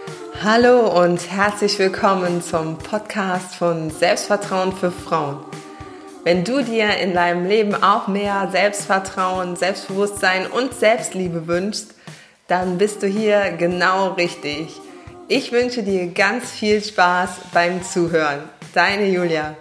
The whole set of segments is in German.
Hallo und herzlich willkommen zum Podcast von Selbstvertrauen für Frauen. Wenn du dir in deinem Leben auch mehr Selbstvertrauen, Selbstbewusstsein und Selbstliebe wünschst, dann bist du hier genau richtig. Ich wünsche dir ganz viel Spaß beim Zuhören. Deine Julia.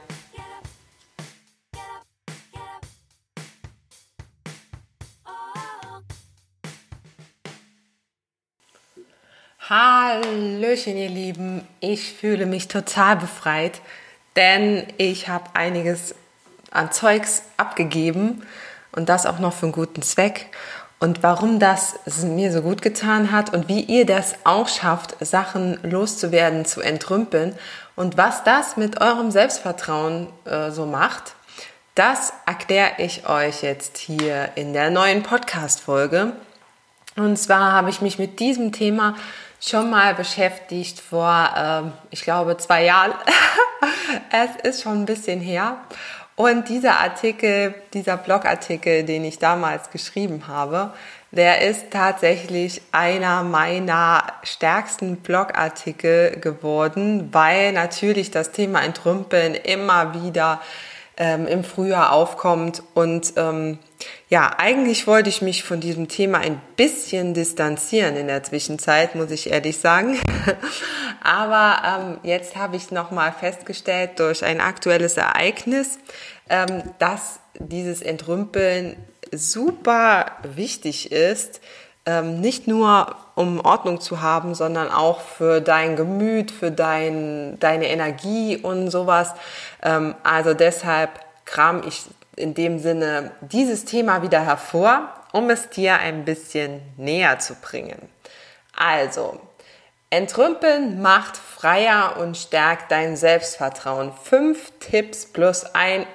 Hallöchen, ihr Lieben. Ich fühle mich total befreit, denn ich habe einiges an Zeugs abgegeben und das auch noch für einen guten Zweck. Und warum das mir so gut getan hat und wie ihr das auch schafft, Sachen loszuwerden, zu entrümpeln und was das mit eurem Selbstvertrauen so macht, das erkläre ich euch jetzt hier in der neuen Podcast-Folge. Und zwar habe ich mich mit diesem Thema schon mal beschäftigt vor, ich glaube, 2 Jahren. Es ist schon ein bisschen her. Und dieser Blogartikel, den ich damals geschrieben habe, der ist tatsächlich einer meiner stärksten Blogartikel geworden, weil natürlich das Thema Entrümpeln immer wieder im Frühjahr aufkommt und eigentlich wollte ich mich von diesem Thema ein bisschen distanzieren in der Zwischenzeit, muss ich ehrlich sagen. Aber jetzt habe ich nochmal festgestellt durch ein aktuelles Ereignis, dass dieses Entrümpeln super wichtig ist, nicht nur um Ordnung zu haben, sondern auch für dein Gemüt, für deine Energie und sowas. Also deshalb kram ich in dem Sinne dieses Thema wieder hervor, um es dir ein bisschen näher zu bringen. Also, Entrümpeln macht freier und stärkt dein Selbstvertrauen. 5 Tipps plus ein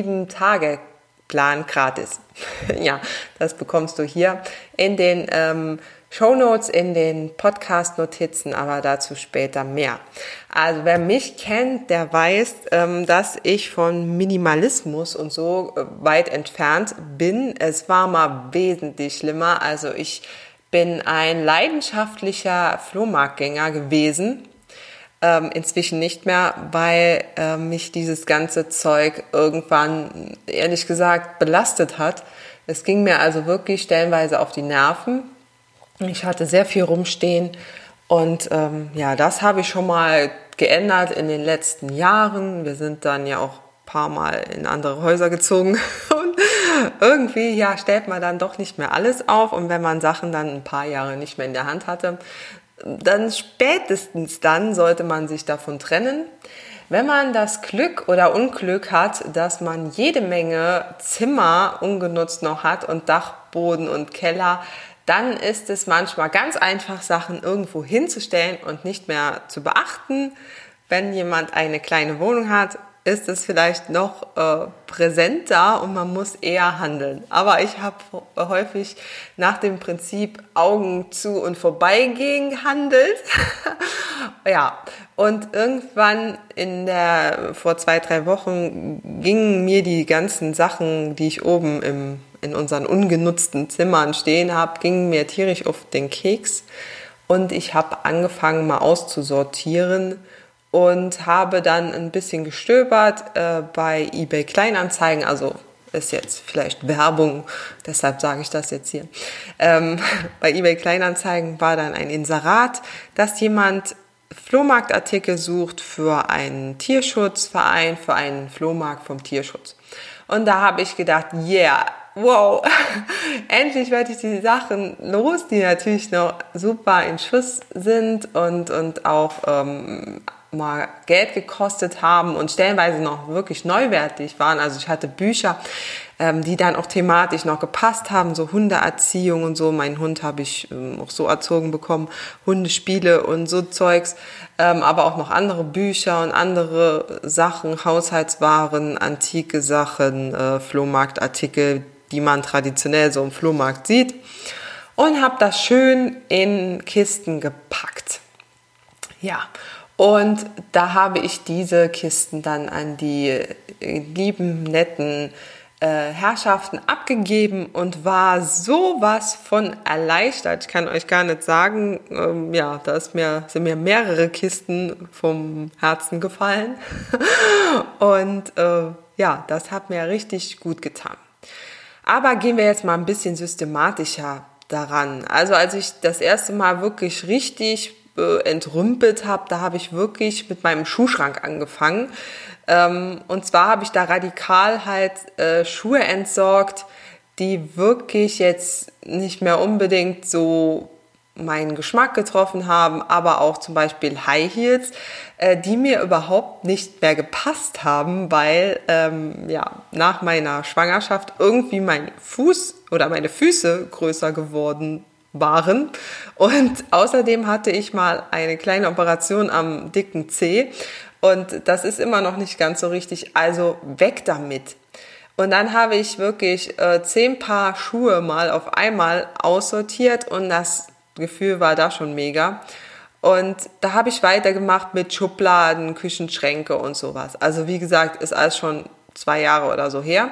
7-Tage-Plan gratis. Ja, das bekommst du hier in den Shownotes, in den Podcast-Notizen, aber dazu später mehr. Also wer mich kennt, der weiß, dass ich von Minimalismus und so weit entfernt bin. Es war mal wesentlich schlimmer. Also ich bin ein leidenschaftlicher Flohmarktgänger gewesen. Inzwischen nicht mehr, weil mich dieses ganze Zeug irgendwann, ehrlich gesagt, belastet hat. Es ging mir also wirklich stellenweise auf die Nerven. Ich hatte sehr viel rumstehen und das habe ich schon mal geändert in den letzten Jahren. Wir sind dann ja auch ein paar Mal in andere Häuser gezogen und irgendwie stellt man dann doch nicht mehr alles auf. Und wenn man Sachen dann ein paar Jahre nicht mehr in der Hand hatte, dann spätestens dann sollte man sich davon trennen. Wenn man das Glück oder Unglück hat, dass man jede Menge Zimmer ungenutzt noch hat und Dachboden und Keller, dann ist es manchmal ganz einfach, Sachen irgendwo hinzustellen und nicht mehr zu beachten. Wenn jemand eine kleine Wohnung hat, ist es vielleicht noch präsenter und man muss eher handeln. Aber ich habe häufig nach dem Prinzip Augen zu und vorbeigehen gehandelt. Ja, und irgendwann vor 2-3 Wochen gingen mir die ganzen Sachen, die ich oben in unseren ungenutzten Zimmern stehen habe, gingen mir tierisch auf den Keks. Und ich habe angefangen, mal auszusortieren und habe dann ein bisschen gestöbert bei eBay Kleinanzeigen, also ist jetzt vielleicht Werbung, deshalb sage ich das jetzt hier. Bei eBay Kleinanzeigen war dann ein Inserat, dass jemand Flohmarktartikel sucht für einen Tierschutzverein, für einen Flohmarkt vom Tierschutz. Und da habe ich gedacht, wow, endlich werde ich die Sachen los, die natürlich noch super in Schuss sind und auch mal Geld gekostet haben und stellenweise noch wirklich neuwertig waren. Also ich hatte Bücher, die dann auch thematisch noch gepasst haben, so Hundeerziehung und so. Meinen Hund habe ich auch so erzogen bekommen, Hundespiele und so Zeugs, aber auch noch andere Bücher und andere Sachen, Haushaltswaren, antike Sachen, Flohmarktartikel, die man traditionell so im Flohmarkt sieht, und habe das schön in Kisten gepackt. Ja, und da habe ich diese Kisten dann an die lieben, netten Herrschaften abgegeben und war sowas von erleichtert. Ich kann euch gar nicht sagen, sind mir mehrere Kisten vom Herzen gefallen. Und das hat mir richtig gut getan. Aber gehen wir jetzt mal ein bisschen systematischer daran. Also als ich das erste Mal wirklich richtig entrümpelt habe, da habe ich wirklich mit meinem Schuhschrank angefangen. Und zwar habe ich da radikal halt Schuhe entsorgt, die wirklich jetzt nicht mehr unbedingt so meinen Geschmack getroffen haben, aber auch zum Beispiel High Heels, die mir überhaupt nicht mehr gepasst haben, weil nach meiner Schwangerschaft irgendwie mein Fuß oder meine Füße größer geworden waren. Und außerdem hatte ich mal eine kleine Operation am dicken Zeh und das ist immer noch nicht ganz so richtig, also weg damit. Und dann habe ich wirklich 10 Paar Schuhe mal auf einmal aussortiert und das Gefühl war da schon mega. Und da habe ich weitergemacht mit Schubladen, Küchenschränke und sowas. Also wie gesagt, ist alles schon 2 Jahre oder so her.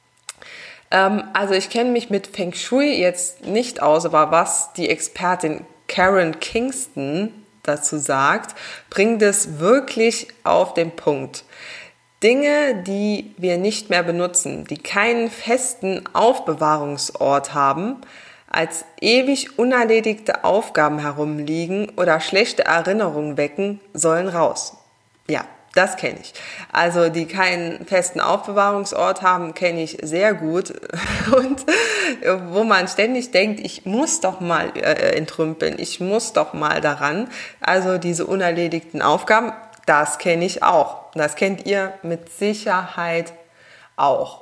Also ich kenne mich mit Feng Shui jetzt nicht aus, aber was die Expertin Karen Kingston dazu sagt, bringt es wirklich auf den Punkt. Dinge, die wir nicht mehr benutzen, die keinen festen Aufbewahrungsort haben, als ewig unerledigte Aufgaben herumliegen oder schlechte Erinnerungen wecken, sollen raus. Ja, das kenne ich. Also die keinen festen Aufbewahrungsort haben, kenne ich sehr gut. Und wo man ständig denkt, ich muss doch mal entrümpeln, ich muss doch mal daran. Also diese unerledigten Aufgaben, das kenne ich auch. Das kennt ihr mit Sicherheit auch.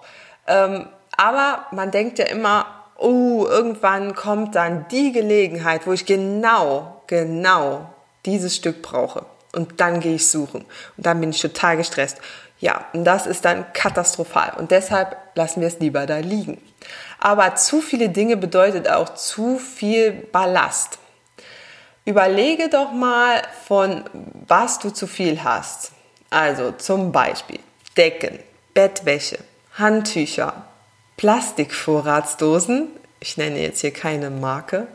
Aber man denkt ja immer, irgendwann kommt dann die Gelegenheit, wo ich genau dieses Stück brauche. Und dann gehe ich suchen. Und dann bin ich total gestresst. Ja, und das ist dann katastrophal. Und deshalb lassen wir es lieber da liegen. Aber zu viele Dinge bedeutet auch zu viel Ballast. Überlege doch mal, von was du zu viel hast. Also zum Beispiel Decken, Bettwäsche, Handtücher, Plastikvorratsdosen, ich nenne jetzt hier keine Marke,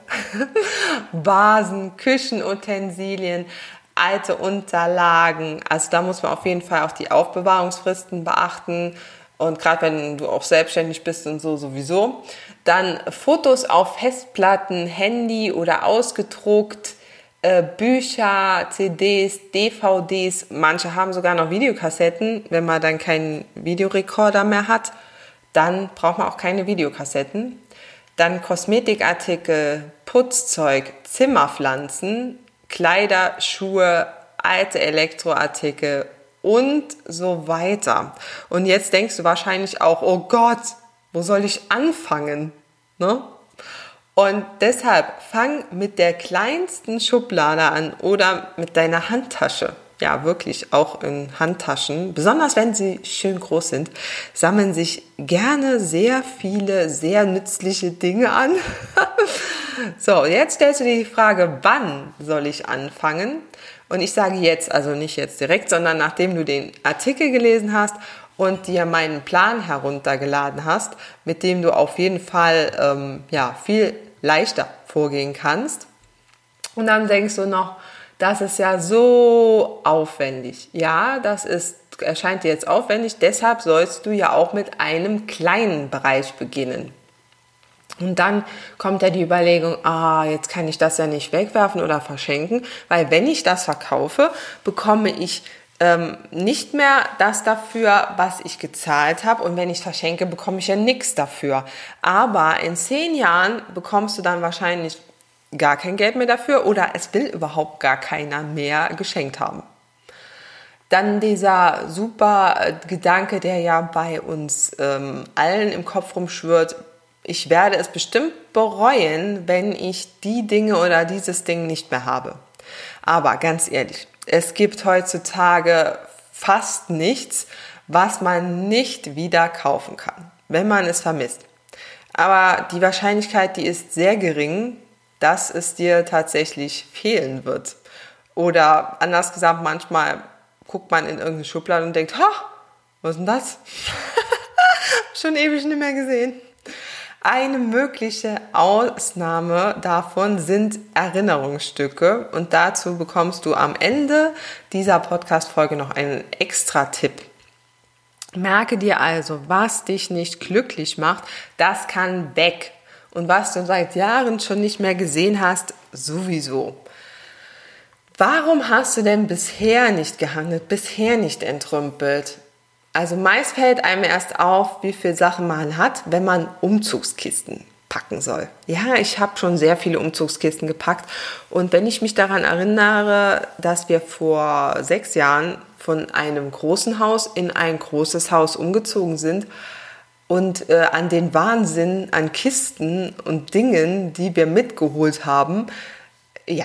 Vasen, Küchenutensilien, alte Unterlagen. Also da muss man auf jeden Fall auch die Aufbewahrungsfristen beachten. Und gerade wenn du auch selbstständig bist und so sowieso. Dann Fotos auf Festplatten, Handy oder ausgedruckt, Bücher, CDs, DVDs. Manche haben sogar noch Videokassetten. Wenn man dann keinen Videorekorder mehr hat, dann braucht man auch keine Videokassetten. Dann Kosmetikartikel, Putzzeug, Zimmerpflanzen, Kleider, Schuhe, alte Elektroartikel und so weiter. Und jetzt denkst du wahrscheinlich auch, oh Gott, wo soll ich anfangen? Ne? Und deshalb fang mit der kleinsten Schublade an oder mit deiner Handtasche. Ja, wirklich auch in Handtaschen, besonders wenn sie schön groß sind, sammeln sich gerne sehr viele, sehr nützliche Dinge an. So, jetzt stellst du dir die Frage, wann soll ich anfangen? Und ich sage jetzt, also nicht jetzt direkt, sondern nachdem du den Artikel gelesen hast und dir meinen Plan heruntergeladen hast, mit dem du auf jeden Fall viel leichter vorgehen kannst. Und dann denkst du noch, das ist ja so aufwendig. Ja, erscheint dir jetzt aufwendig, deshalb sollst du ja auch mit einem kleinen Bereich beginnen. Und dann kommt ja die Überlegung, jetzt kann ich das ja nicht wegwerfen oder verschenken, weil wenn ich das verkaufe, bekomme ich nicht mehr das dafür, was ich gezahlt habe, und wenn ich verschenke, bekomme ich ja nichts dafür. Aber in 10 Jahren bekommst du dann wahrscheinlich gar kein Geld mehr dafür oder es will überhaupt gar keiner mehr geschenkt haben. Dann dieser super Gedanke, der ja bei uns allen im Kopf rumschwirrt, ich werde es bestimmt bereuen, wenn ich die Dinge oder dieses Ding nicht mehr habe. Aber ganz ehrlich, es gibt heutzutage fast nichts, was man nicht wieder kaufen kann, wenn man es vermisst. Aber die Wahrscheinlichkeit, die ist sehr gering, dass es dir tatsächlich fehlen wird. Oder anders gesagt, manchmal guckt man in irgendeine Schublade und denkt, was ist denn das? schon ewig nicht mehr gesehen. Eine mögliche Ausnahme davon sind Erinnerungsstücke und dazu bekommst du am Ende dieser Podcast-Folge noch einen extra Tipp. Merke dir also, was dich nicht glücklich macht, das kann weg. Und was du seit Jahren schon nicht mehr gesehen hast, sowieso. Warum hast du denn bisher nicht gehandelt, bisher nicht entrümpelt? Also meist fällt einem erst auf, wie viele Sachen man hat, wenn man Umzugskisten packen soll. Ja, ich habe schon sehr viele Umzugskisten gepackt und wenn ich mich daran erinnere, dass wir vor 6 Jahren von einem großen Haus in ein großes Haus umgezogen sind und an den Wahnsinn an Kisten und Dingen, die wir mitgeholt haben, ja,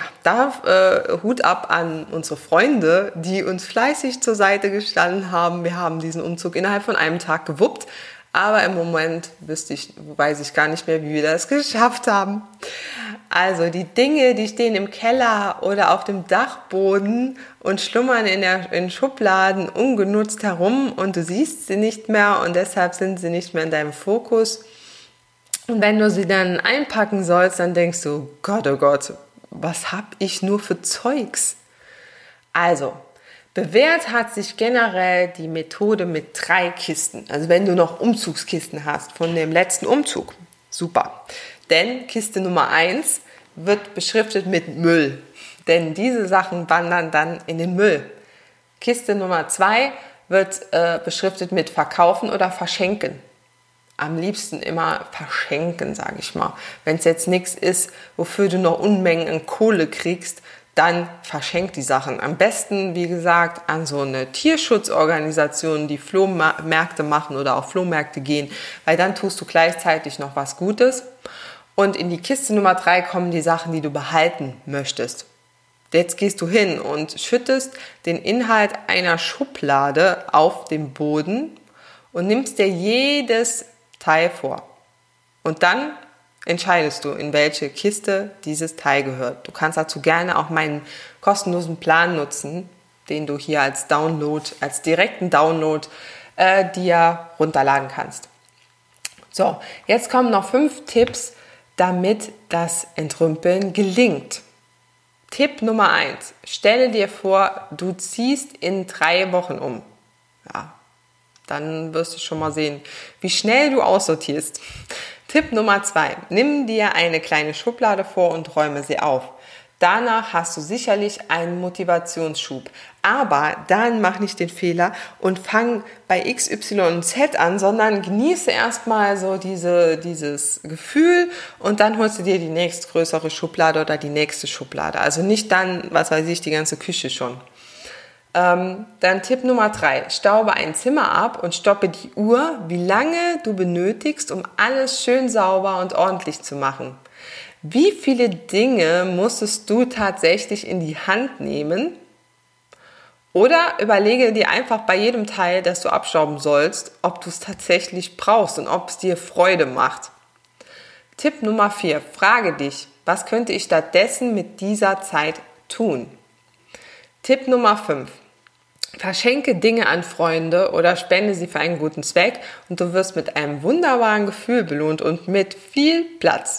da Hut ab an unsere Freunde, die uns fleißig zur Seite gestanden haben. Wir haben diesen Umzug innerhalb von einem Tag gewuppt, aber im Moment weiß ich gar nicht mehr, wie wir das geschafft haben. Also die Dinge, die stehen im Keller oder auf dem Dachboden und schlummern in Schubladen ungenutzt herum und du siehst sie nicht mehr und deshalb sind sie nicht mehr in deinem Fokus. Und wenn du sie dann einpacken sollst, dann denkst du, oh Gott, was hab ich nur für Zeugs? Also, bewährt hat sich generell die Methode mit 3 Kisten. Also wenn du noch Umzugskisten hast von dem letzten Umzug, super. Denn Kiste Nummer 1 wird beschriftet mit Müll. Denn diese Sachen wandern dann in den Müll. Kiste Nummer 2 wird beschriftet mit Verkaufen oder Verschenken. Am liebsten immer verschenken, sage ich mal. Wenn es jetzt nichts ist, wofür du noch Unmengen an Kohle kriegst, dann verschenk die Sachen. Am besten, wie gesagt, an so eine Tierschutzorganisation, die Flohmärkte machen oder auf Flohmärkte gehen, weil dann tust du gleichzeitig noch was Gutes. Und in die Kiste Nummer 3 kommen die Sachen, die du behalten möchtest. Jetzt gehst du hin und schüttest den Inhalt einer Schublade auf den Boden und nimmst dir jedes Teil vor. Und dann entscheidest du, in welche Kiste dieses Teil gehört. Du kannst dazu gerne auch meinen kostenlosen Plan nutzen, den du hier als Download, als direkten Download dir runterladen kannst. So, jetzt kommen noch 5 Tipps, damit das Entrümpeln gelingt. Tipp Nummer 1. Stelle dir vor, du ziehst in 3 Wochen um. Ja, dann wirst du schon mal sehen, wie schnell du aussortierst. Tipp Nummer 2. Nimm dir eine kleine Schublade vor und räume sie auf. Danach hast du sicherlich einen Motivationsschub. Aber dann mach nicht den Fehler und fang bei X, Y und Z an, sondern genieße erstmal so dieses Gefühl und dann holst du dir die nächstgrößere Schublade oder die nächste Schublade. Also nicht dann, was weiß ich, die ganze Küche schon. Dann Tipp Nummer 3, staube ein Zimmer ab und stoppe die Uhr, wie lange du benötigst, um alles schön sauber und ordentlich zu machen. Wie viele Dinge musstest du tatsächlich in die Hand nehmen? Oder überlege dir einfach bei jedem Teil, das du abstauben sollst, ob du es tatsächlich brauchst und ob es dir Freude macht. Tipp Nummer 4, frage dich, was könnte ich stattdessen mit dieser Zeit tun? Tipp Nummer 5. Verschenke Dinge an Freunde oder spende sie für einen guten Zweck und du wirst mit einem wunderbaren Gefühl belohnt und mit viel Platz.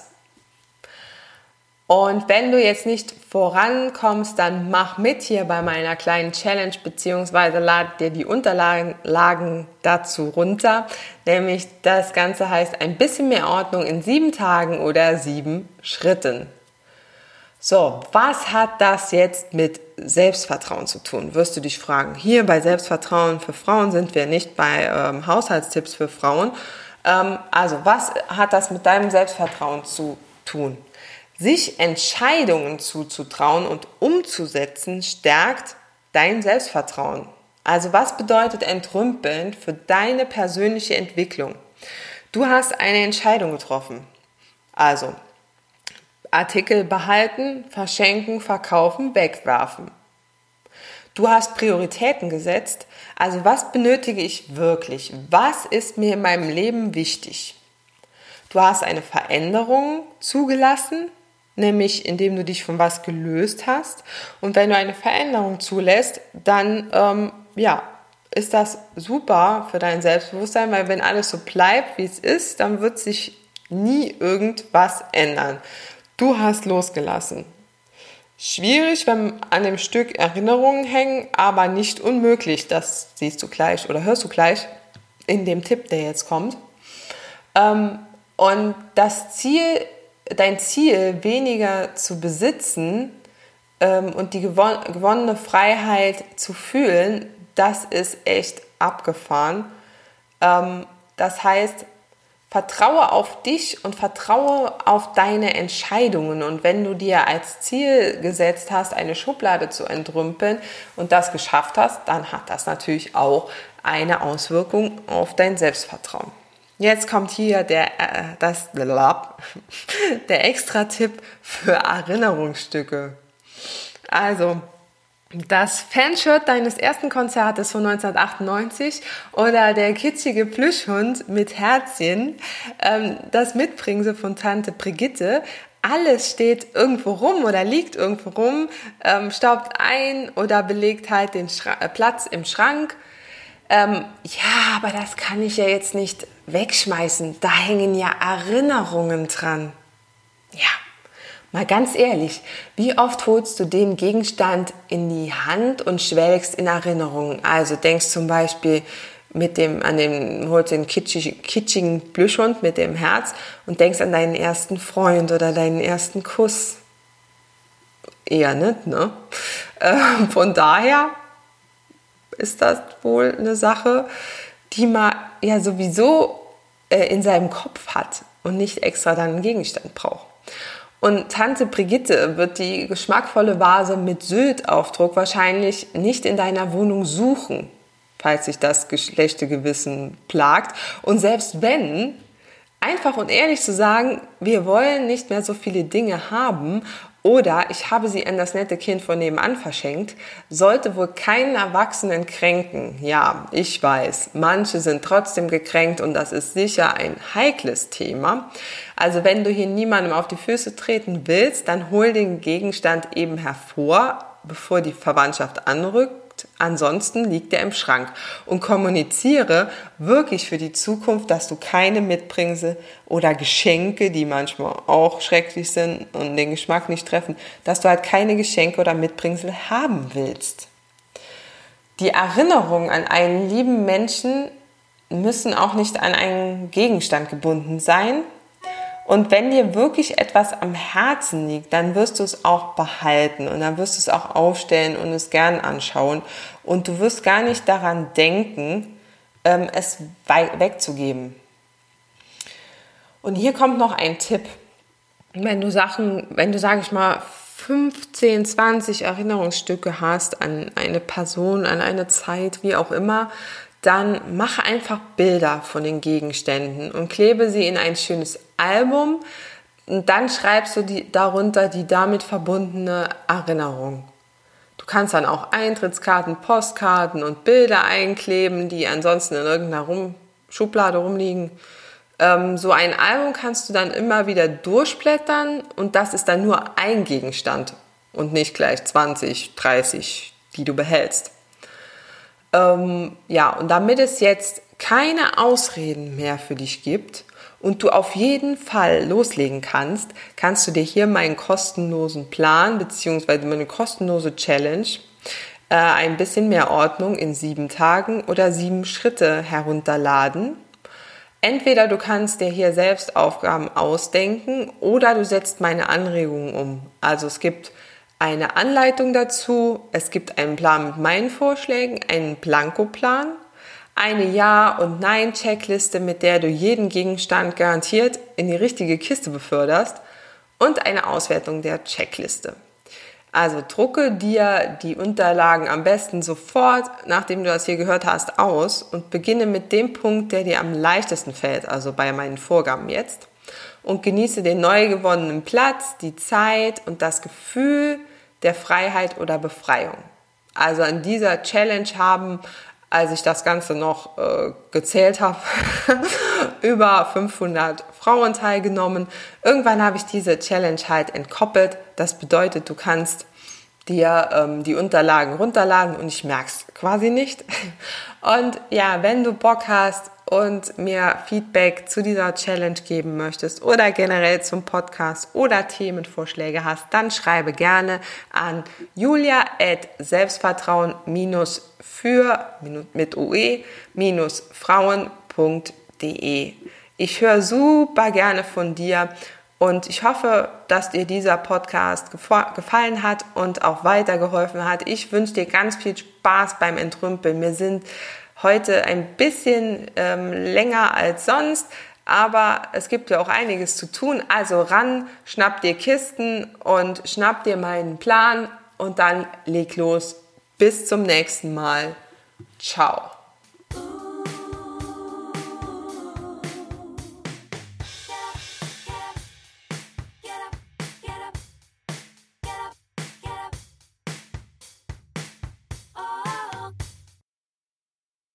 Und wenn du jetzt nicht vorankommst, dann mach mit hier bei meiner kleinen Challenge beziehungsweise lad dir die Unterlagen dazu runter. Nämlich das Ganze heißt ein bisschen mehr Ordnung in 7 Tagen oder 7 Schritten. So, was hat das jetzt mit Selbstvertrauen zu tun, wirst du dich fragen. Hier bei Selbstvertrauen für Frauen sind wir nicht bei Haushaltstipps für Frauen. Also, was hat das mit deinem Selbstvertrauen zu tun? Sich Entscheidungen zuzutrauen und umzusetzen, stärkt dein Selbstvertrauen. Also, was bedeutet Entrümpeln für deine persönliche Entwicklung? Du hast eine Entscheidung getroffen. Also, Artikel behalten, verschenken, verkaufen, wegwerfen. Du hast Prioritäten gesetzt. Also was benötige ich wirklich? Was ist mir in meinem Leben wichtig? Du hast eine Veränderung zugelassen, nämlich indem du dich von was gelöst hast. Und wenn du eine Veränderung zulässt, dann ist das super für dein Selbstbewusstsein, weil wenn alles so bleibt, wie es ist, dann wird sich nie irgendwas ändern. Du hast losgelassen. Schwierig, wenn an dem Stück Erinnerungen hängen, aber nicht unmöglich. Das siehst du gleich oder hörst du gleich in dem Tipp, der jetzt kommt. Und dein Ziel, weniger zu besitzen und die gewonnene Freiheit zu fühlen, das ist echt abgefahren. Das heißt, vertraue auf dich und vertraue auf deine Entscheidungen. Und wenn du dir als Ziel gesetzt hast, eine Schublade zu entrümpeln und das geschafft hast, dann hat das natürlich auch eine Auswirkung auf dein Selbstvertrauen. Jetzt kommt hier der Extra-Tipp für Erinnerungsstücke. Also, das Fanshirt deines ersten Konzertes von 1998 oder der kitschige Plüschhund mit Herzchen, das Mitbringsel von Tante Brigitte, alles steht irgendwo rum oder liegt irgendwo rum, staubt ein oder belegt halt den Platz im Schrank. Ja, aber das kann ich ja jetzt nicht wegschmeißen. Da hängen ja Erinnerungen dran. Ja, mal ganz ehrlich, wie oft holst du den Gegenstand in die Hand und schwelgst in Erinnerungen? Also denkst zum Beispiel holst den kitschigen Plüschhund mit dem Herz und denkst an deinen ersten Freund oder deinen ersten Kuss. Eher nicht, ne? Von daher ist das wohl eine Sache, die man ja sowieso in seinem Kopf hat und nicht extra dann einen Gegenstand braucht. Und Tante Brigitte wird die geschmackvolle Vase mit Sylt-Aufdruck wahrscheinlich nicht in deiner Wohnung suchen, falls sich das schlechte Gewissen plagt. Und selbst wenn, einfach und ehrlich zu sagen, wir wollen nicht mehr so viele Dinge haben oder ich habe sie an das nette Kind von nebenan verschenkt, sollte wohl keinen Erwachsenen kränken. Ja, ich weiß, manche sind trotzdem gekränkt und das ist sicher ein heikles Thema. Also wenn du hier niemandem auf die Füße treten willst, dann hol den Gegenstand eben hervor, bevor die Verwandtschaft anrückt. Ansonsten liegt er im Schrank und kommuniziere wirklich für die Zukunft, dass du keine Mitbringsel oder Geschenke, die manchmal auch schrecklich sind und den Geschmack nicht treffen, dass du halt keine Geschenke oder Mitbringsel haben willst. Die Erinnerungen an einen lieben Menschen müssen auch nicht an einen Gegenstand gebunden sein. Und wenn dir wirklich etwas am Herzen liegt, dann wirst du es auch behalten und dann wirst du es auch aufstellen und es gern anschauen. Und du wirst gar nicht daran denken, es wegzugeben. Und hier kommt noch ein Tipp. Wenn du, sag ich mal, 15, 20 Erinnerungsstücke hast an eine Person, an eine Zeit, wie auch immer, dann mach einfach Bilder von den Gegenständen und klebe sie in ein schönes Album und dann schreibst du darunter die damit verbundene Erinnerung. Du kannst dann auch Eintrittskarten, Postkarten und Bilder einkleben, die ansonsten in irgendeiner Schublade rumliegen. So ein Album kannst du dann immer wieder durchblättern und das ist dann nur ein Gegenstand und nicht gleich 20, 30, die du behältst. Und damit es jetzt keine Ausreden mehr für dich gibt und du auf jeden Fall loslegen kannst, kannst du dir hier meinen kostenlosen Plan bzw. meine kostenlose Challenge ein bisschen mehr Ordnung in 7 Tagen oder 7 Schritte herunterladen. Entweder du kannst dir hier selbst Aufgaben ausdenken oder du setzt meine Anregungen um. Also es gibt eine Anleitung dazu, es gibt einen Plan mit meinen Vorschlägen, einen Blankoplan, eine Ja- und Nein-Checkliste, mit der du jeden Gegenstand garantiert in die richtige Kiste beförderst und eine Auswertung der Checkliste. Also drucke dir die Unterlagen am besten sofort, nachdem du das hier gehört hast, aus und beginne mit dem Punkt, der dir am leichtesten fällt, also bei meinen Vorgaben jetzt. Und genieße den neu gewonnenen Platz, die Zeit und das Gefühl der Freiheit oder Befreiung. Also an dieser Challenge haben, als ich das Ganze noch gezählt habe, über 500 Frauen teilgenommen. Irgendwann habe ich diese Challenge halt entkoppelt. Das bedeutet, du kannst dir die Unterlagen runterladen und ich merke es quasi nicht. Und ja, wenn du Bock hast und mir Feedback zu dieser Challenge geben möchtest oder generell zum Podcast oder Themenvorschläge hast, dann schreibe gerne an julia@selbstvertrauen-für mit ue-frauen.de. Ich höre super gerne von dir und ich hoffe, dass dir dieser Podcast gefallen hat und auch weitergeholfen hat. Ich wünsche dir ganz viel Spaß beim Entrümpeln. Wir sind heute ein bisschen länger als sonst, aber es gibt ja auch einiges zu tun. Also ran, schnapp dir Kisten und schnapp dir meinen Plan und dann leg los. Bis zum nächsten Mal. Ciao.